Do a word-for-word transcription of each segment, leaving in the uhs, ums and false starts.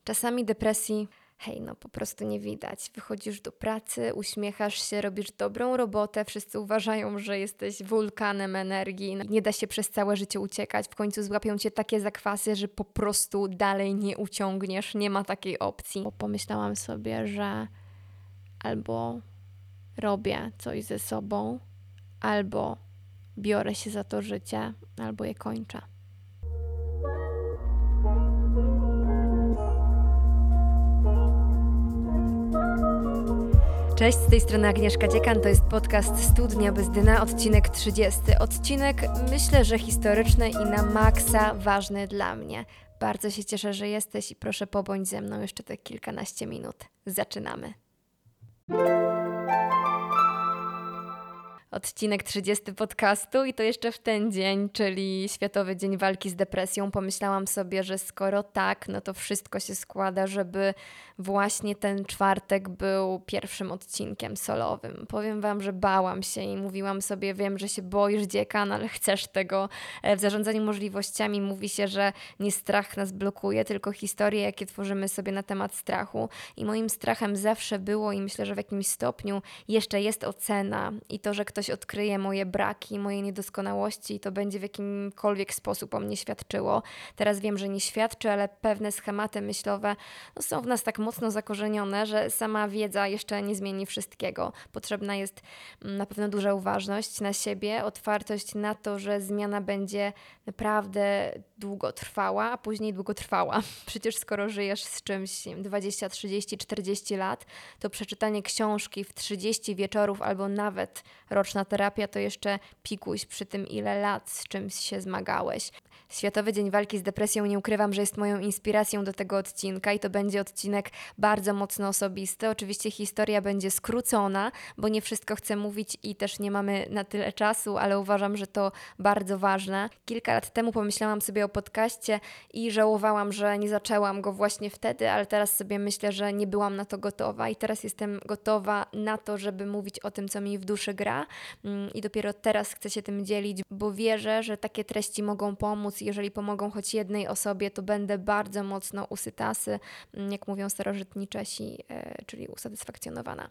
Czasami depresji, hej, no po prostu nie widać. Wychodzisz do pracy, uśmiechasz się, robisz dobrą robotę, wszyscy uważają, że jesteś wulkanem energii. No, nie da się przez całe życie uciekać. W końcu złapią cię takie zakwasy, że po prostu dalej nie uciągniesz. Nie ma takiej opcji. Bo pomyślałam sobie, że albo robię coś ze sobą, albo biorę się za to życie, albo je kończę. Cześć, z tej strony Agnieszka Dziekan, to jest podcast Studnia bez dna, odcinek trzydziesty. Odcinek, myślę, że historyczny i na maksa ważny dla mnie. Bardzo się cieszę, że jesteś i proszę pobądź ze mną jeszcze te kilkanaście minut. Zaczynamy. Odcinek trzydziesty podcastu i to jeszcze w ten dzień, czyli Światowy Dzień Walki z Depresją. Pomyślałam sobie, że skoro tak, no to wszystko się składa, żeby właśnie ten czwartek był pierwszym odcinkiem solowym. Powiem wam, że bałam się i mówiłam sobie, wiem, że się boisz, dziekan, ale chcesz tego. W zarządzaniu możliwościami mówi się, że nie strach nas blokuje, tylko historie, jakie tworzymy sobie na temat strachu. I moim strachem zawsze było i myślę, że w jakimś stopniu jeszcze jest ocena i to, że ktoś odkryje moje braki, moje niedoskonałości i to będzie w jakimkolwiek sposób o mnie świadczyło. Teraz wiem, że nie świadczy, ale pewne schematy myślowe no, są w nas tak mocno zakorzenione, że sama wiedza jeszcze nie zmieni wszystkiego. Potrzebna jest na pewno duża uważność na siebie, otwartość na to, że zmiana będzie naprawdę długotrwała, a później długotrwała. Przecież skoro żyjesz z czymś dwadzieścia, trzydzieści, czterdzieści lat, to przeczytanie książki w trzydzieści wieczorów albo nawet roczna terapia to jeszcze pikuś przy tym, ile lat z czymś się zmagałeś. Światowy Dzień Walki z Depresją, nie ukrywam, że jest moją inspiracją do tego odcinka i to będzie odcinek bardzo mocno osobisty. Oczywiście historia będzie skrócona, bo nie wszystko chcę mówić i też nie mamy na tyle czasu, ale uważam, że to bardzo ważne. Kilka lat temu pomyślałam sobie o podcaście i żałowałam, że nie zaczęłam go właśnie wtedy, ale teraz sobie myślę, że nie byłam na to gotowa i teraz jestem gotowa na to, żeby mówić o tym, co mi w duszy gra i dopiero teraz chcę się tym dzielić, bo wierzę, że takie treści mogą pomóc. Jeżeli pomogą choć jednej osobie, to będę bardzo mocno usytasy, jak mówią starożytni Czesi, czyli usatysfakcjonowana.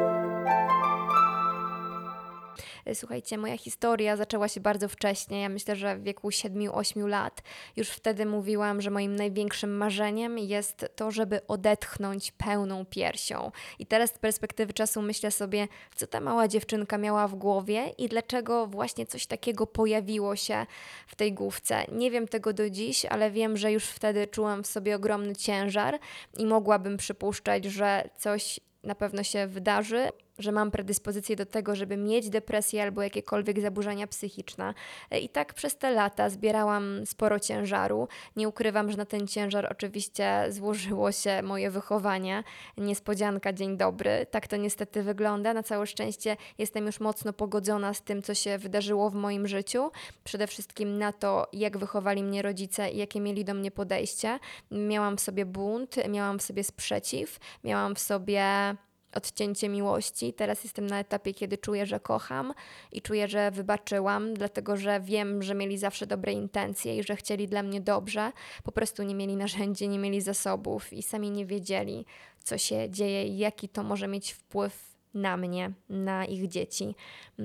Słuchajcie, moja historia zaczęła się bardzo wcześnie, ja myślę, że w wieku siedmiu ośmiu lat. Już wtedy mówiłam, że moim największym marzeniem jest to, żeby odetchnąć pełną piersią. I teraz z perspektywy czasu myślę sobie, co ta mała dziewczynka miała w głowie i dlaczego właśnie coś takiego pojawiło się w tej główce. Nie wiem tego do dziś, ale wiem, że już wtedy czułam w sobie ogromny ciężar i mogłabym przypuszczać, że coś na pewno się wydarzy, że mam predyspozycję do tego, żeby mieć depresję albo jakiekolwiek zaburzenia psychiczne. I tak przez te lata zbierałam sporo ciężaru. Nie ukrywam, że na ten ciężar oczywiście złożyło się moje wychowanie. Niespodzianka, dzień dobry. Tak to niestety wygląda. Na całe szczęście jestem już mocno pogodzona z tym, co się wydarzyło w moim życiu. Przede wszystkim na to, jak wychowali mnie rodzice i jakie mieli do mnie podejście. Miałam w sobie bunt, miałam w sobie sprzeciw, miałam w sobie odcięcie miłości. Teraz jestem na etapie, kiedy czuję, że kocham i czuję, że wybaczyłam, dlatego że wiem, że mieli zawsze dobre intencje i że chcieli dla mnie dobrze. Po prostu nie mieli narzędzi, nie mieli zasobów i sami nie wiedzieli, co się dzieje i jaki to może mieć wpływ na mnie, na ich dzieci.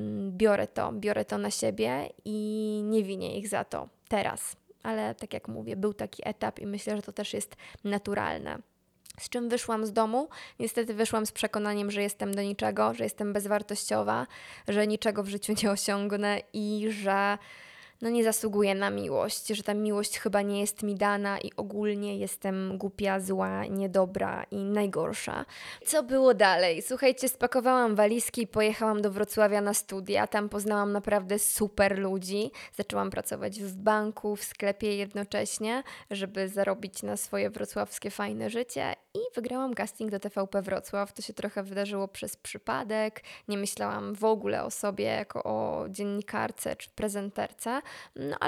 Biorę to, biorę to na siebie i nie winię ich za to teraz. Ale tak jak mówię, był taki etap i myślę, że to też jest naturalne. Z czym wyszłam z domu? Niestety wyszłam z przekonaniem, że jestem do niczego, że jestem bezwartościowa, że niczego w życiu nie osiągnę i że no nie zasługuję na miłość, że ta miłość chyba nie jest mi dana i ogólnie jestem głupia, zła, niedobra i najgorsza. Co było dalej? Słuchajcie, spakowałam walizki i pojechałam do Wrocławia na studia. Tam poznałam naprawdę super ludzi. Zaczęłam pracować w banku, w sklepie jednocześnie, żeby zarobić na swoje wrocławskie fajne życie i wygrałam casting do T V P Wrocław. To się trochę wydarzyło przez przypadek. Nie myślałam w ogóle o sobie jako o dziennikarce czy prezenterce. No ale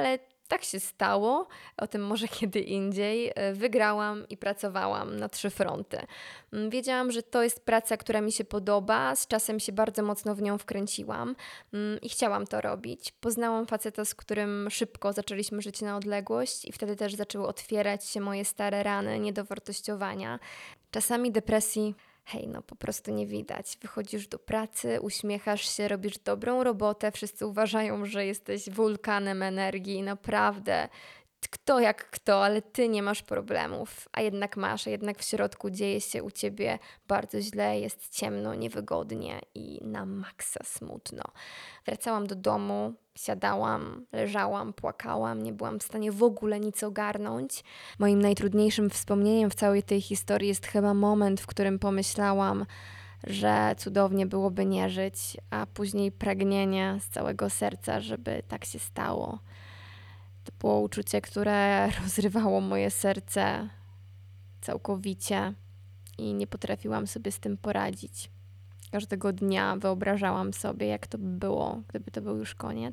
tak się stało, o tym może kiedy indziej, e, wygrałam i pracowałam na trzy fronty. Mm, Wiedziałam, że to jest praca, która mi się podoba, z czasem się bardzo mocno w nią wkręciłam mm, i chciałam to robić. Poznałam faceta, z którym szybko zaczęliśmy żyć na odległość i wtedy też zaczęły otwierać się moje stare rany niedowartościowania. Czasami depresji, hej, no po prostu nie widać. Wychodzisz do pracy, uśmiechasz się, robisz dobrą robotę, wszyscy uważają, że jesteś wulkanem energii, naprawdę. Kto jak kto, ale ty nie masz problemów, a jednak masz, a jednak w środku dzieje się u ciebie bardzo źle, jest ciemno, niewygodnie i na maksa smutno. Wracałam do domu, siadałam, leżałam, płakałam, nie byłam w stanie w ogóle nic ogarnąć. Moim najtrudniejszym wspomnieniem w całej tej historii jest chyba moment, w którym pomyślałam, że cudownie byłoby nie żyć, a później pragnienie z całego serca, żeby tak się stało. To było uczucie, które rozrywało moje serce całkowicie i nie potrafiłam sobie z tym poradzić. Każdego dnia wyobrażałam sobie, jak to by było, gdyby to był już koniec.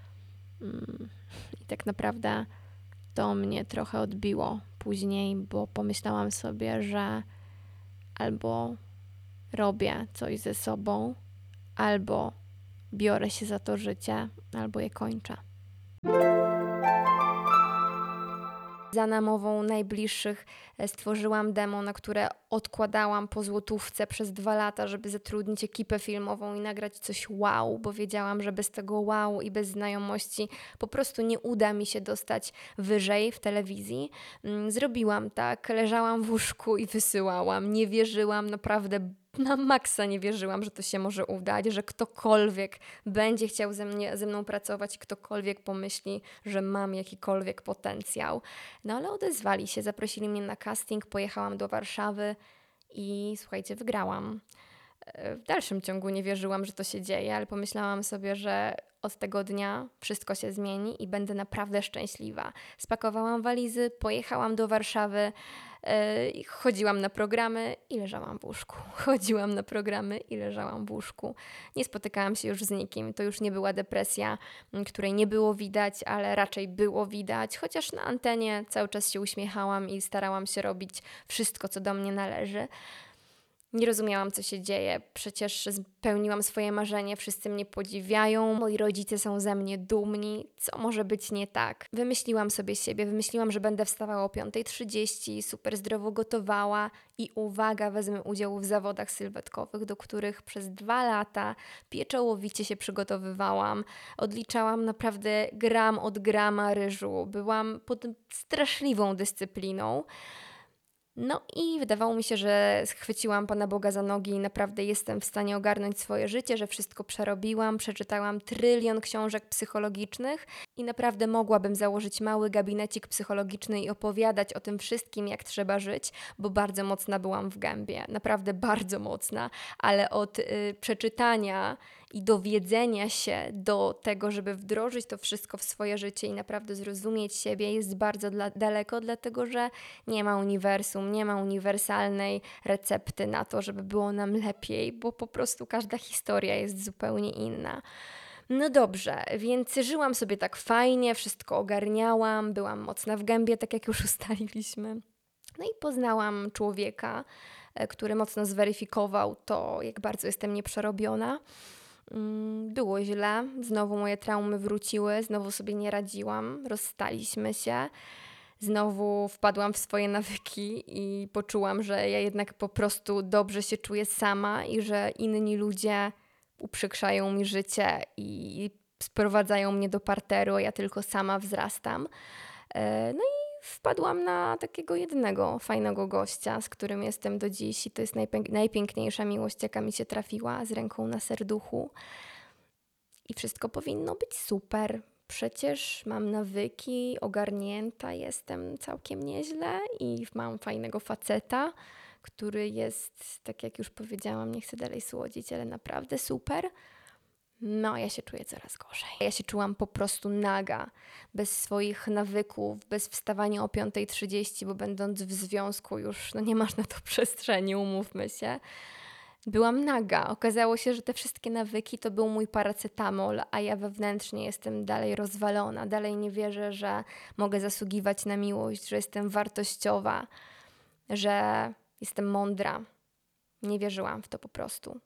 I tak naprawdę to mnie trochę odbiło później, bo pomyślałam sobie, że albo robię coś ze sobą, albo biorę się za to życie, albo je kończę. Za namową najbliższych stworzyłam demo, na które odkładałam po złotówce przez dwa lata, żeby zatrudnić ekipę filmową i nagrać coś wow, bo wiedziałam, że bez tego wow i bez znajomości po prostu nie uda mi się dostać wyżej w telewizji. Zrobiłam tak, leżałam w łóżku i wysyłałam. Nie wierzyłam, naprawdę na maksa nie wierzyłam, że to się może udać, że ktokolwiek będzie chciał ze, mnie, ze mną pracować, ktokolwiek pomyśli, że mam jakikolwiek potencjał. No ale odezwali się, zaprosili mnie na casting, pojechałam do Warszawy i słuchajcie, wygrałam. W dalszym ciągu nie wierzyłam, że to się dzieje, ale pomyślałam sobie, że od tego dnia wszystko się zmieni i będę naprawdę szczęśliwa. Spakowałam walizy, pojechałam do Warszawy, yy, chodziłam na programy i leżałam w łóżku. Chodziłam na programy i leżałam w łóżku. Nie spotykałam się już z nikim. To już nie była depresja, której nie było widać, ale raczej było widać. Chociaż na antenie cały czas się uśmiechałam i starałam się robić wszystko, co do mnie należy. Nie rozumiałam, co się dzieje. Przecież spełniłam swoje marzenie, wszyscy mnie podziwiają, moi rodzice są ze mnie dumni. Co może być nie tak? Wymyśliłam sobie siebie, wymyśliłam, że będę wstawała o piąta trzydzieści, super zdrowo gotowała i uwaga, wezmę udział w zawodach sylwetkowych, do których przez dwa lata pieczołowicie się przygotowywałam. Odliczałam naprawdę gram od grama ryżu. Byłam pod straszliwą dyscypliną. No i wydawało mi się, że schwyciłam Pana Boga za nogi i naprawdę jestem w stanie ogarnąć swoje życie, że wszystko przerobiłam, przeczytałam trylion książek psychologicznych i naprawdę mogłabym założyć mały gabinecik psychologiczny i opowiadać o tym wszystkim, jak trzeba żyć, bo bardzo mocna byłam w gębie, naprawdę bardzo mocna, ale od y, przeczytania i dowiedzenia się do tego, żeby wdrożyć to wszystko w swoje życie i naprawdę zrozumieć siebie jest bardzo dla, daleko, dlatego że nie ma uniwersum, nie ma uniwersalnej recepty na to, żeby było nam lepiej, bo po prostu każda historia jest zupełnie inna. No dobrze, więc żyłam sobie tak fajnie, wszystko ogarniałam, byłam mocna w gębie, tak jak już ustaliliśmy. No i poznałam człowieka, który mocno zweryfikował to, jak bardzo jestem nieprzerobiona. Było źle, znowu moje traumy wróciły, znowu sobie nie radziłam, rozstaliśmy się, znowu wpadłam w swoje nawyki i poczułam, że ja jednak po prostu dobrze się czuję sama i że inni ludzie uprzykrzają mi życie i sprowadzają mnie do parteru, a ja tylko sama wzrastam. No i wpadłam na takiego jednego fajnego gościa, z którym jestem do dziś i to jest najpięk- najpiękniejsza miłość, jaka mi się trafiła, z ręką na serduchu. I wszystko powinno być super. Przecież mam nawyki, ogarnięta, jestem całkiem nieźle i mam fajnego faceta, który jest, tak jak już powiedziałam, nie chcę dalej słodzić, ale naprawdę super. No, ja się czuję coraz gorzej. Ja się czułam po prostu naga, bez swoich nawyków, bez wstawania o piąta trzydzieści, bo będąc w związku już no nie masz na to przestrzeni, umówmy się. Byłam naga. Okazało się, że te wszystkie nawyki to był mój paracetamol, a ja wewnętrznie jestem dalej rozwalona. Dalej nie wierzę, że mogę zasługiwać na miłość, że jestem wartościowa, że jestem mądra. Nie wierzyłam w to po prostu.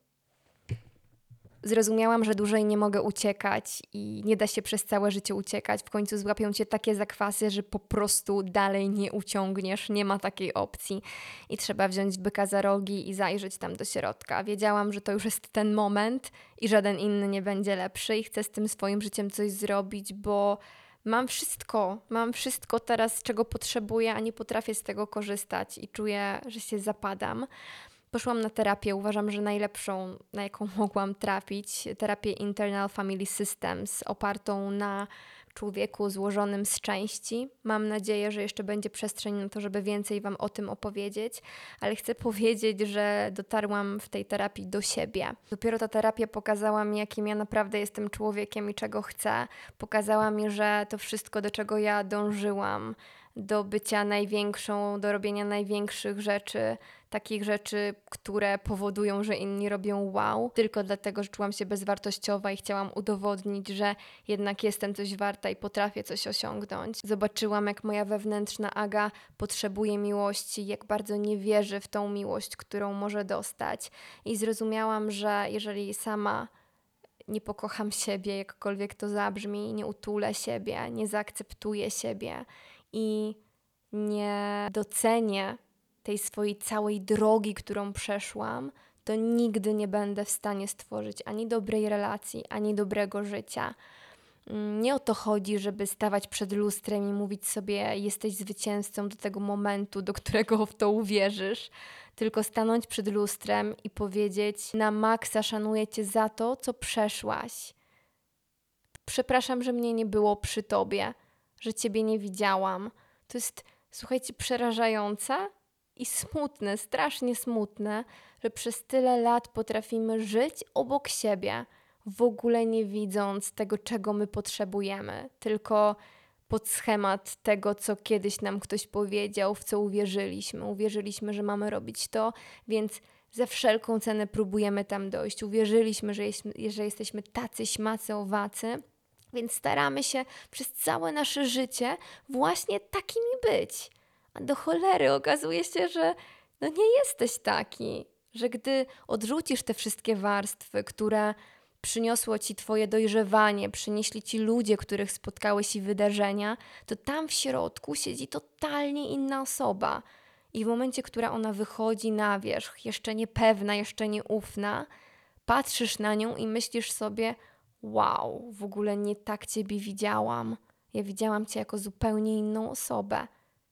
Zrozumiałam, że dłużej nie mogę uciekać i nie da się przez całe życie uciekać. W końcu złapią cię takie zakwasy, że po prostu dalej nie uciągniesz. Nie ma takiej opcji. I trzeba wziąć byka za rogi i zajrzeć tam do środka. Wiedziałam, że to już jest ten moment i żaden inny nie będzie lepszy i chcę z tym swoim życiem coś zrobić, bo mam wszystko. Mam wszystko teraz, czego potrzebuję, a nie potrafię z tego korzystać i czuję, że się zapadam. Poszłam na terapię, uważam, że najlepszą, na jaką mogłam trafić, terapię Internal Family Systems, opartą na człowieku złożonym z części. Mam nadzieję, że jeszcze będzie przestrzeń na to, żeby więcej Wam o tym opowiedzieć, ale chcę powiedzieć, że dotarłam w tej terapii do siebie. Dopiero ta terapia pokazała mi, jakim ja naprawdę jestem człowiekiem i czego chcę. Pokazała mi, że to wszystko, do czego ja dążyłam, do bycia największą, do robienia największych rzeczy, takich rzeczy, które powodują, że inni robią wow, tylko dlatego, że czułam się bezwartościowa i chciałam udowodnić, że jednak jestem coś warta i potrafię coś osiągnąć. Zobaczyłam, jak moja wewnętrzna Aga potrzebuje miłości, jak bardzo nie wierzy w tą miłość, którą może dostać. I zrozumiałam, że jeżeli sama nie pokocham siebie, jakkolwiek to zabrzmi, nie utulę siebie, nie zaakceptuję siebie i nie docenię tej swojej całej drogi, którą przeszłam, to nigdy nie będę w stanie stworzyć ani dobrej relacji, ani dobrego życia. Nie o to chodzi, żeby stawać przed lustrem i mówić sobie, jesteś zwycięzcą do tego momentu, do którego w to uwierzysz, tylko stanąć przed lustrem i powiedzieć, na maksa szanuję Cię za to, co przeszłaś. Przepraszam, że mnie nie było przy Tobie, że Ciebie nie widziałam. To jest, słuchajcie, przerażające i smutne, strasznie smutne, że przez tyle lat potrafimy żyć obok siebie, w ogóle nie widząc tego, czego my potrzebujemy, tylko pod schemat tego, co kiedyś nam ktoś powiedział, w co uwierzyliśmy. Uwierzyliśmy, że mamy robić to, więc za wszelką cenę próbujemy tam dojść. Uwierzyliśmy, że, jest, że jesteśmy tacy, śmacy, owacy, więc staramy się przez całe nasze życie właśnie takimi być. A do cholery okazuje się, że no nie jesteś taki, że gdy odrzucisz te wszystkie warstwy, które przyniosło Ci Twoje dojrzewanie, przynieśli Ci ludzie, których spotkałeś i wydarzenia, to tam w środku siedzi totalnie inna osoba. I w momencie, która ona wychodzi na wierzch, jeszcze niepewna, jeszcze nieufna, patrzysz na nią i myślisz sobie, wow, w ogóle nie tak Ciebie widziałam. Ja widziałam Cię jako zupełnie inną osobę.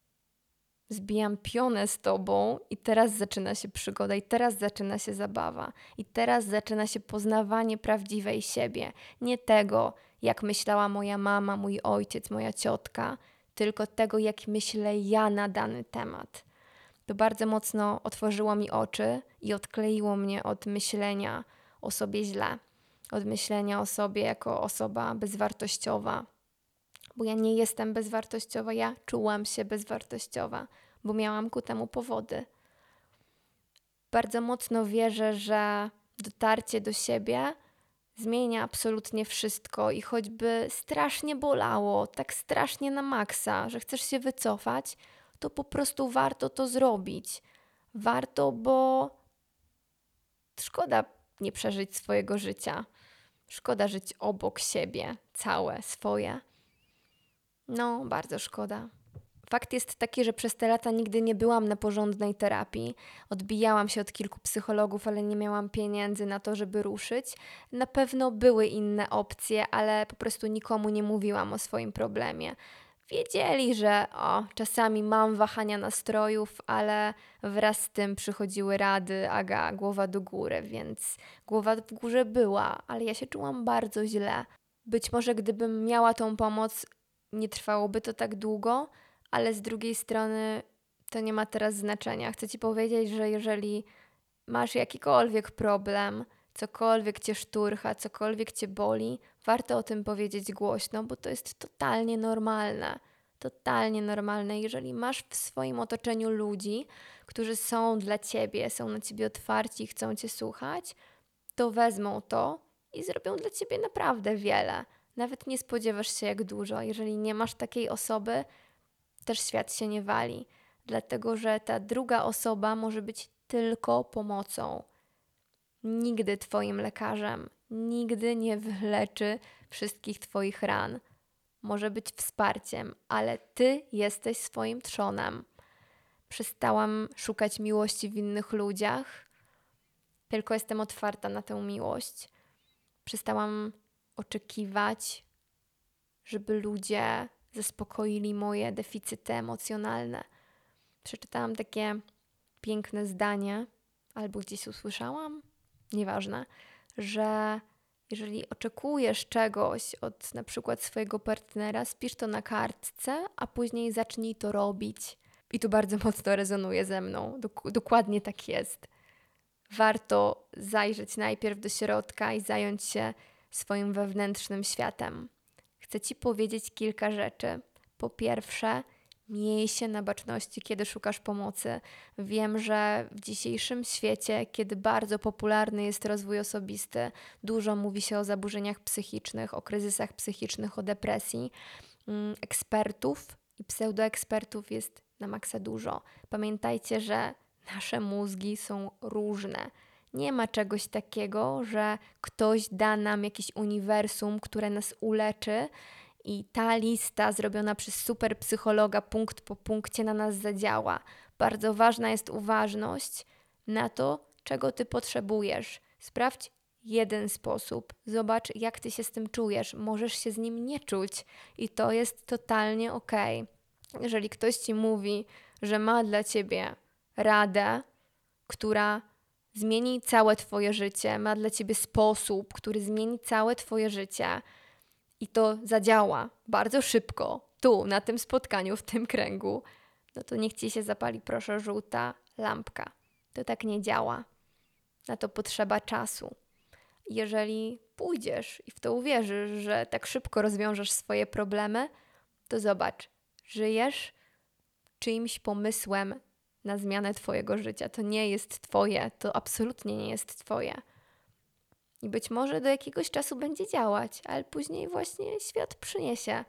Zbijam pionę z Tobą i teraz zaczyna się przygoda, i teraz zaczyna się zabawa, i teraz zaczyna się poznawanie prawdziwej siebie. Nie tego, jak myślała moja mama, mój ojciec, moja ciotka, tylko tego, jak myślę ja na dany temat. To bardzo mocno otworzyło mi oczy i odkleiło mnie od myślenia o sobie źle, od myślenia o sobie jako osoba bezwartościowa. Bo ja nie jestem bezwartościowa, ja czułam się bezwartościowa, bo miałam ku temu powody. Bardzo mocno wierzę, że dotarcie do siebie zmienia absolutnie wszystko i choćby strasznie bolało, tak strasznie na maksa, że chcesz się wycofać, to po prostu warto to zrobić. Warto, bo szkoda nie przeżyć swojego życia. Szkoda żyć obok siebie, całe swoje. No, bardzo szkoda. Fakt jest taki, że przez te lata nigdy nie byłam na porządnej terapii. Odbijałam się od kilku psychologów, ale nie miałam pieniędzy na to, żeby ruszyć. Na pewno były inne opcje, ale po prostu nikomu nie mówiłam o swoim problemie. Wiedzieli, że o, czasami mam wahania nastrojów, ale wraz z tym przychodziły rady, Aga, głowa do góry, więc głowa w górze była, ale ja się czułam bardzo źle. Być może gdybym miała tą pomoc, nie trwałoby to tak długo, ale z drugiej strony to nie ma teraz znaczenia. Chcę Ci powiedzieć, że jeżeli masz jakikolwiek problem, cokolwiek Cię szturcha, cokolwiek Cię boli, warto o tym powiedzieć głośno, bo to jest totalnie normalne. totalnie normalne. Jeżeli masz w swoim otoczeniu ludzi, którzy są dla ciebie, są na ciebie otwarci i chcą cię słuchać, to wezmą to i zrobią dla ciebie naprawdę wiele. Nawet nie spodziewasz się, jak dużo. Jeżeli nie masz takiej osoby, też świat się nie wali, dlatego że ta druga osoba może być tylko pomocą. Nigdy twoim lekarzem, nigdy nie wyleczy wszystkich twoich ran. Może być wsparciem, ale ty jesteś swoim trzonem. Przestałam szukać miłości w innych ludziach, tylko jestem otwarta na tę miłość. Przestałam oczekiwać, żeby ludzie zaspokoili moje deficyty emocjonalne. Przeczytałam takie piękne zdanie, albo gdzieś usłyszałam, nieważne, że jeżeli oczekujesz czegoś od na przykład swojego partnera, spisz to na kartce, a później zacznij to robić. I to bardzo mocno rezonuje ze mną. Dok- dokładnie tak jest. Warto zajrzeć najpierw do środka i zająć się swoim wewnętrznym światem. Chcę Ci powiedzieć kilka rzeczy. Po pierwsze, miej się na baczności, kiedy szukasz pomocy. Wiem, że w dzisiejszym świecie, kiedy bardzo popularny jest rozwój osobisty, dużo mówi się o zaburzeniach psychicznych, o kryzysach psychicznych, o depresji. Ekspertów i pseudoekspertów jest na maksa dużo. Pamiętajcie, że nasze mózgi są różne. Nie ma czegoś takiego, że ktoś da nam jakieś uniwersum, które nas uleczy i ta lista zrobiona przez super psychologa punkt po punkcie na nas zadziała. Bardzo ważna jest uważność na to, czego ty potrzebujesz. Sprawdź jeden sposób. Zobacz, jak ty się z tym czujesz. Możesz się z nim nie czuć i to jest totalnie okej. Jeżeli ktoś ci mówi, że ma dla ciebie radę, która zmieni całe twoje życie, ma dla ciebie sposób, który zmieni całe twoje życie i to zadziała bardzo szybko, tu, na tym spotkaniu, w tym kręgu, no to niech ci się zapali, proszę, żółta lampka. To tak nie działa. Na to potrzeba czasu. Jeżeli pójdziesz i w to uwierzysz, że tak szybko rozwiążesz swoje problemy, to zobacz, żyjesz czyimś pomysłem na zmianę twojego życia. To nie jest twoje, to absolutnie nie jest twoje. I być może do jakiegoś czasu będzie działać, ale później właśnie świat przyniesie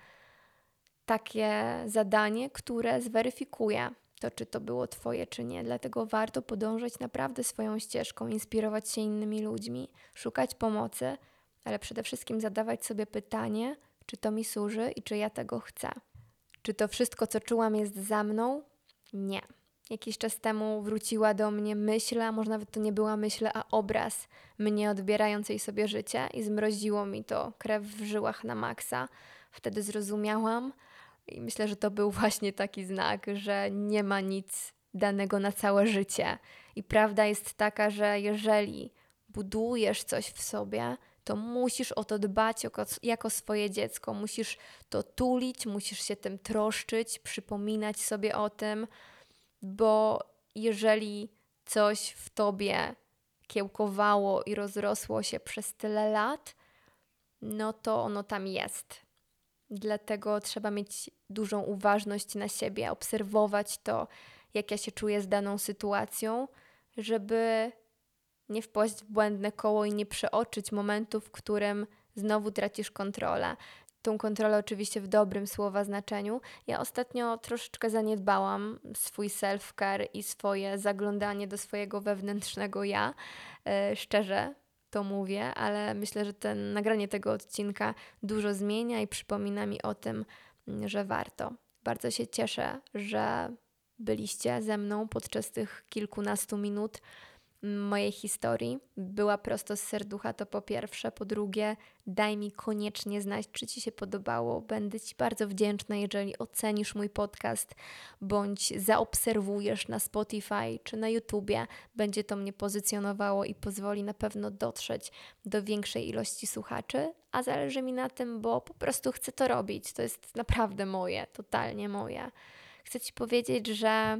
takie zadanie, które zweryfikuje to, czy to było twoje, czy nie. Dlatego warto podążać naprawdę swoją ścieżką, inspirować się innymi ludźmi, szukać pomocy, ale przede wszystkim zadawać sobie pytanie, czy to mi służy i czy ja tego chcę. Czy to wszystko, co czułam, jest za mną? Nie. Jakiś czas temu wróciła do mnie myśl, a może nawet to nie była myśl, a obraz mnie odbierającej sobie życie i zmroziło mi to krew w żyłach na maksa. Wtedy zrozumiałam i myślę, że to był właśnie taki znak, że nie ma nic danego na całe życie. I prawda jest taka, że jeżeli budujesz coś w sobie, to musisz o to dbać jako, jako swoje dziecko. Musisz to tulić, musisz się tym troszczyć, przypominać sobie o tym, bo jeżeli coś w tobie kiełkowało i rozrosło się przez tyle lat, no to ono tam jest. Dlatego trzeba mieć dużą uważność na siebie, obserwować to, jak ja się czuję z daną sytuacją, żeby nie wpaść w błędne koło i nie przeoczyć momentu, w którym znowu tracisz kontrolę. Tą kontrolę oczywiście w dobrym słowa znaczeniu. Ja ostatnio troszeczkę zaniedbałam swój self-care i swoje zaglądanie do swojego wewnętrznego ja. Yy, szczerze to mówię, ale myślę, że ten, nagranie tego odcinka dużo zmienia i przypomina mi o tym, że warto. Bardzo się cieszę, że byliście ze mną podczas tych kilkunastu minut mojej historii. Była prosto z serducha, to po pierwsze. Po drugie, daj mi koniecznie znać, czy Ci się podobało. Będę Ci bardzo wdzięczna, jeżeli ocenisz mój podcast, bądź zaobserwujesz na Spotify czy na YouTubie. Będzie to mnie pozycjonowało i pozwoli na pewno dotrzeć do większej ilości słuchaczy, a zależy mi na tym, bo po prostu chcę to robić. To jest naprawdę moje, totalnie moje. Chcę Ci powiedzieć, że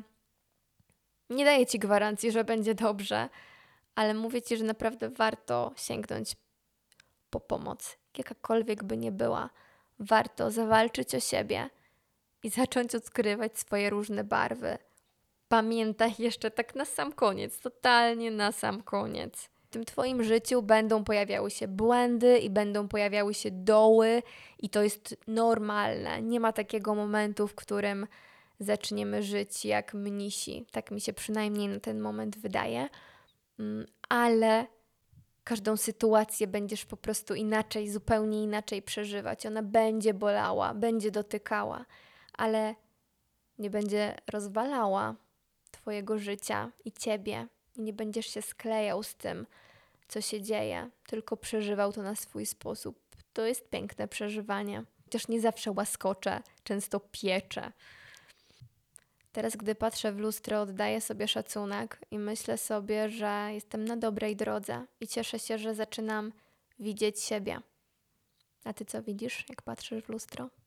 nie daję Ci gwarancji, że będzie dobrze, ale mówię Ci, że naprawdę warto sięgnąć po pomoc, jakakolwiek by nie była. Warto zawalczyć o siebie i zacząć odkrywać swoje różne barwy. Pamiętaj jeszcze tak na sam koniec, totalnie na sam koniec. W tym twoim życiu będą pojawiały się błędy i będą pojawiały się doły i to jest normalne. Nie ma takiego momentu, w którym zaczniemy żyć jak mnisi. Tak mi się przynajmniej na ten moment wydaje. Ale każdą sytuację będziesz po prostu inaczej, zupełnie inaczej przeżywać. Ona będzie bolała, będzie dotykała, ale nie będzie rozwalała twojego życia i ciebie. I nie będziesz się sklejał z tym, co się dzieje, tylko przeżywał to na swój sposób. To jest piękne przeżywanie. Chociaż nie zawsze łaskocze, często piecze. Teraz, gdy patrzę w lustro, oddaję sobie szacunek i myślę sobie, że jestem na dobrej drodze i cieszę się, że zaczynam widzieć siebie. A ty co widzisz, jak patrzysz w lustro?